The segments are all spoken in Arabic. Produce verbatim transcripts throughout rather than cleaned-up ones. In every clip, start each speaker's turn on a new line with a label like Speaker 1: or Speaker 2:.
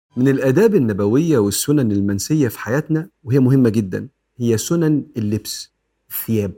Speaker 1: من الآداب النبوية والسنن المنسية في حياتنا وهي مهمة جدا هي سنن اللبس، الثياب.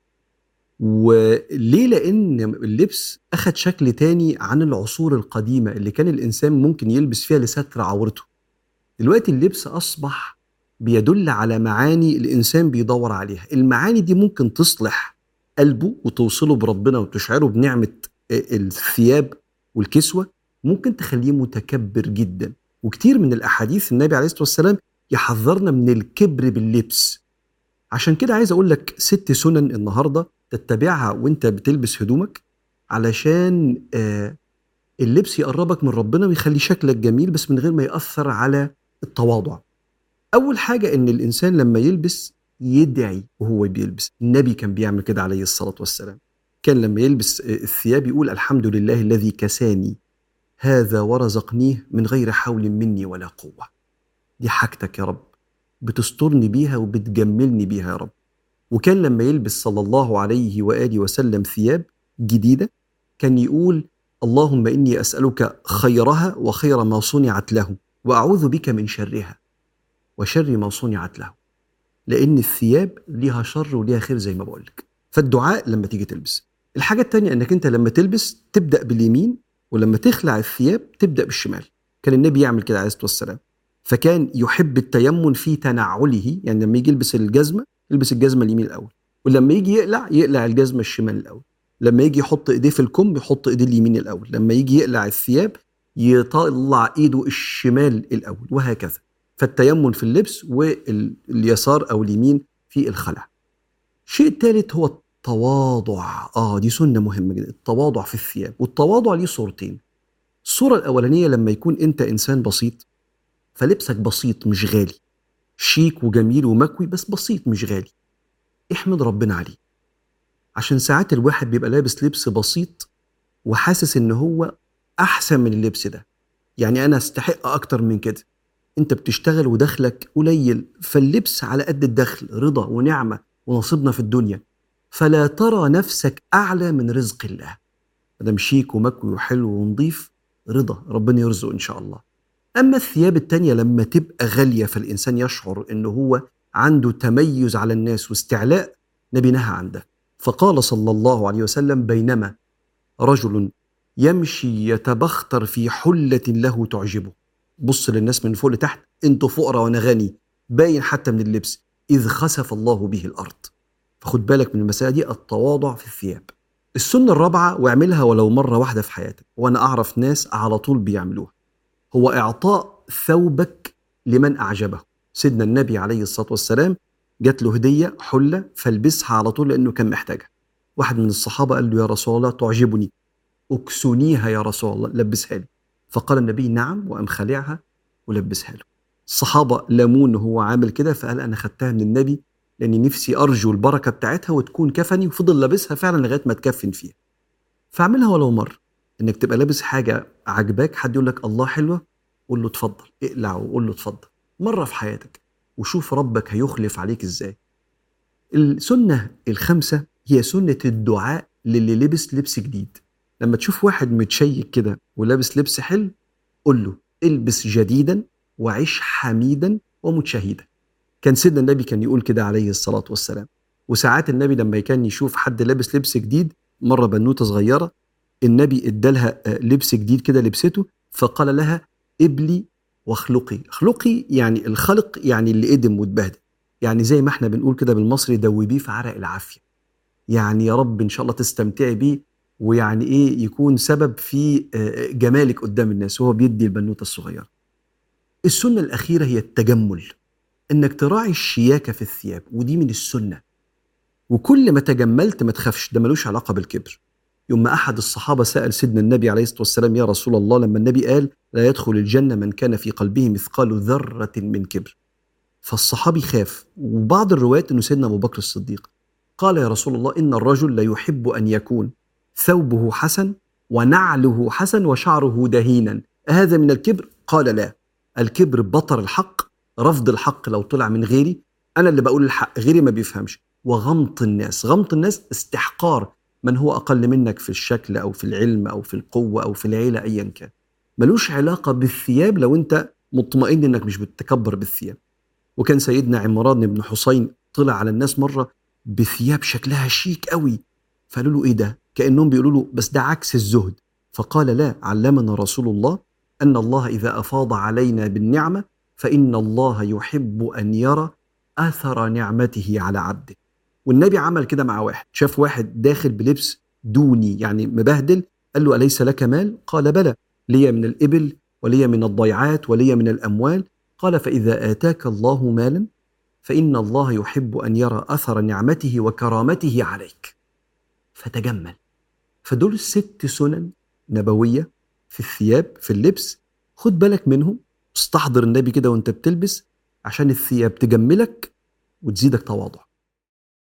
Speaker 1: وليه؟ لأن اللبس أخد شكل تاني عن العصور القديمة اللي كان الإنسان ممكن يلبس فيها لستر عورته. دلوقتي اللبس أصبح بيدل على معاني الإنسان بيدور عليها. المعاني دي ممكن تصلح قلبه وتوصله بربنا وتشعره بنعمة الثياب والكسوة، ممكن تخليه متكبر جدا. وكتير من الأحاديث النبي عليه الصلاة والسلام يحذرنا من الكبر باللبس. عشان كده عايز أقول لك ست سنن النهاردة تتبعها وانت بتلبس هدومك، علشان آه اللبس يقربك من ربنا ويخلي شكلك جميل بس من غير ما يأثر على التواضع. أول حاجة إن الإنسان لما يلبس يدعي وهو بيلبس. النبي كان بيعمل كده عليه الصلاة والسلام. كان لما يلبس الثياب يقول: الحمد لله الذي كساني هذا ورزقنيه من غير حول مني ولا قوة. دي حاجتك يا رب، بتسترني بيها وبتجملني بيها يا رب. وكان لما يلبس صلى الله عليه وآله وسلم ثياب جديدة كان يقول: اللهم إني أسألك خيرها وخير ما صنعت له، وأعوذ بك من شرها وشر ما صنعت له. لأن الثياب ليها شر وليها خير زي ما بقولك. فالدعاء لما تيجي تلبس. الحاجة التانية أنك أنت لما تلبس تبدأ باليمين، ولما تخلع الثياب تبدأ بالشمال. كان النبي يعمل كده عليه الصلاة والسلام. فكان يحب التيمن في تنعله، يعني لما يجي يلبس الجزمة يلبس الجزمة اليمين الأول، ولما يجي يقلع يقلع الجزمة الشمال الأول. لما يجي يحط إيديه في الكم يحط إيديه اليمين الأول. لما يجي يقلع الثياب يطلع إيده الشمال الأول، وهكذا. فالتيمن في اللبس واليسار أو اليمين في الخلع. الشيء الثالث هو التواضع. آه دي سنة مهمة جدا، التواضع في الثياب. والتواضع ليه صورتين. الصورة الأولانية لما يكون أنت إنسان بسيط، فلبسك بسيط مش غالي، شيك وجميل ومكوي بس بسيط مش غالي، احمد ربنا عليه. عشان ساعات الواحد بيبقى لابس لبس بسيط وحاسس إن هو أحسن من اللبس ده، يعني أنا استحق أكتر من كده. انت بتشتغل ودخلك قليل، فاللبس على قد الدخل رضا ونعمة ونصيبنا في الدنيا. فلا ترى نفسك أعلى من رزق الله. مدام شيك ومكوي وحلو ونضيف، رضا ربنا يرزق إن شاء الله. أما الثياب التانية لما تبقى غالية فالإنسان يشعر إنه هو عنده تميز على الناس واستعلاء، نبي نهى عن ده. فقال صلى الله عليه وسلم: بينما رجل يمشي يتبختر في حلة له تعجبه، بص للناس من فوق لتحت، انتوا فقراء وانا غني، باين حتى من اللبس، اذ خسف الله به الارض. فخد بالك من المسألة دي، التواضع في الثياب. السنة الرابعة، واعملها ولو مرة واحدة في حياتك، وانا اعرف ناس على طول بيعملوها، هو اعطاء ثوبك لمن اعجبه. سيدنا النبي عليه الصلاة والسلام جات له هدية حلة فلبسها على طول لانه كان محتاجها. واحد من الصحابة قال له: يا رسول الله تعجبني، اكسنيها يا رسول الله، لبسها لي. فقال النبي: نعم، وقام خلعها ولبسها له. الصحابة لاموه إنه هو عامل كده، فقال: أنا خدتها من النبي لأني نفسي أرجو البركة بتاعتها وتكون كفني، وفضل لابسها فعلا لغاية ما تكفن فيها. فاعملها ولو مرة، إنك تبقى لابس حاجة عجباك، حد يقول لك الله حلوة، قول له اتفضل، اقلع وقول له اتفضل مرة في حياتك، وشوف ربك هيخلف عليك إزاي. السنة الخامسة هي سنة الدعاء للي لبس لبس جديد. لما تشوف واحد متشيك كده ولابس لبس حلو، قل له: البس جديدا وعيش حميدا ومتشهدا. كان سيدنا النبي كان يقول كده عليه الصلاة والسلام. وساعات النبي لما كان يشوف حد لابس لبس جديد، مرة بنوتة صغيرة النبي ادالها لبس جديد كده لبسته، فقال لها: ابلي واخلقي. اخلقي يعني الخلق، يعني اللي قدم واتبهدل، يعني زي ما احنا بنقول كده بالمصري: دوبيه في عرق العافية. يعني يا رب إن شاء الله تستمتعي بيه، ويعني إيه يكون سبب في جمالك قدام الناس وهو بيدي البنوتة الصغيرة. السنة الأخيرة هي التجمل، إنك تراعي الشياكة في الثياب، ودي من السنة. وكل ما تجملت ما تخافش، ده ملوش علاقة بالكبر. يوم ما أحد الصحابة سأل سيدنا النبي عليه الصلاة والسلام: يا رسول الله، لما النبي قال لا يدخل الجنة من كان في قلبه مثقال ذرة من كبر، فالصحابي خاف. وبعض الروايات أنه سيدنا أبو بكر الصديق قال: يا رسول الله، إن الرجل لا يحب أن يكون ثوبه حسن ونعله حسن وشعره دهينا، أهذا من الكبر؟ قال: لا، الكبر بطر الحق، رفض الحق لو طلع من غيري، أنا اللي بقول الحق غيري ما بيفهمش، وغمط الناس. غمط الناس استحقار من هو أقل منك في الشكل أو في العلم أو في القوة أو في العيلة أيا كان. ملوش علاقة بالثياب لو أنت مطمئن انك مش بتتكبر بالثياب. وكان سيدنا عمران بن حسين طلع على الناس مرة بثياب شكلها شيك قوي، فقالوا له ايه ده؟ كأنهم بيقولوا له بس ده عكس الزهد. فقال لا، علمنا رسول الله أن الله إذا أفاض علينا بالنعمة فإن الله يحب أن يرى أثر نعمته على عبده. والنبي عمل كده مع واحد، شاف واحد داخل بلبس دوني يعني مبهدل، قال له أليس لك مال؟ قال بلى، لي من الإبل ولي من الضيعات ولي من الأموال. قال فإذا آتاك الله مالا فإن الله يحب أن يرى أثر نعمته وكرامته عليك فتجمل. فدول الست سنن نبوية في الثياب في اللبس، خد بالك منهم، استحضر النبي كده وانت بتلبس عشان الثياب تجملك وتزيدك تواضع.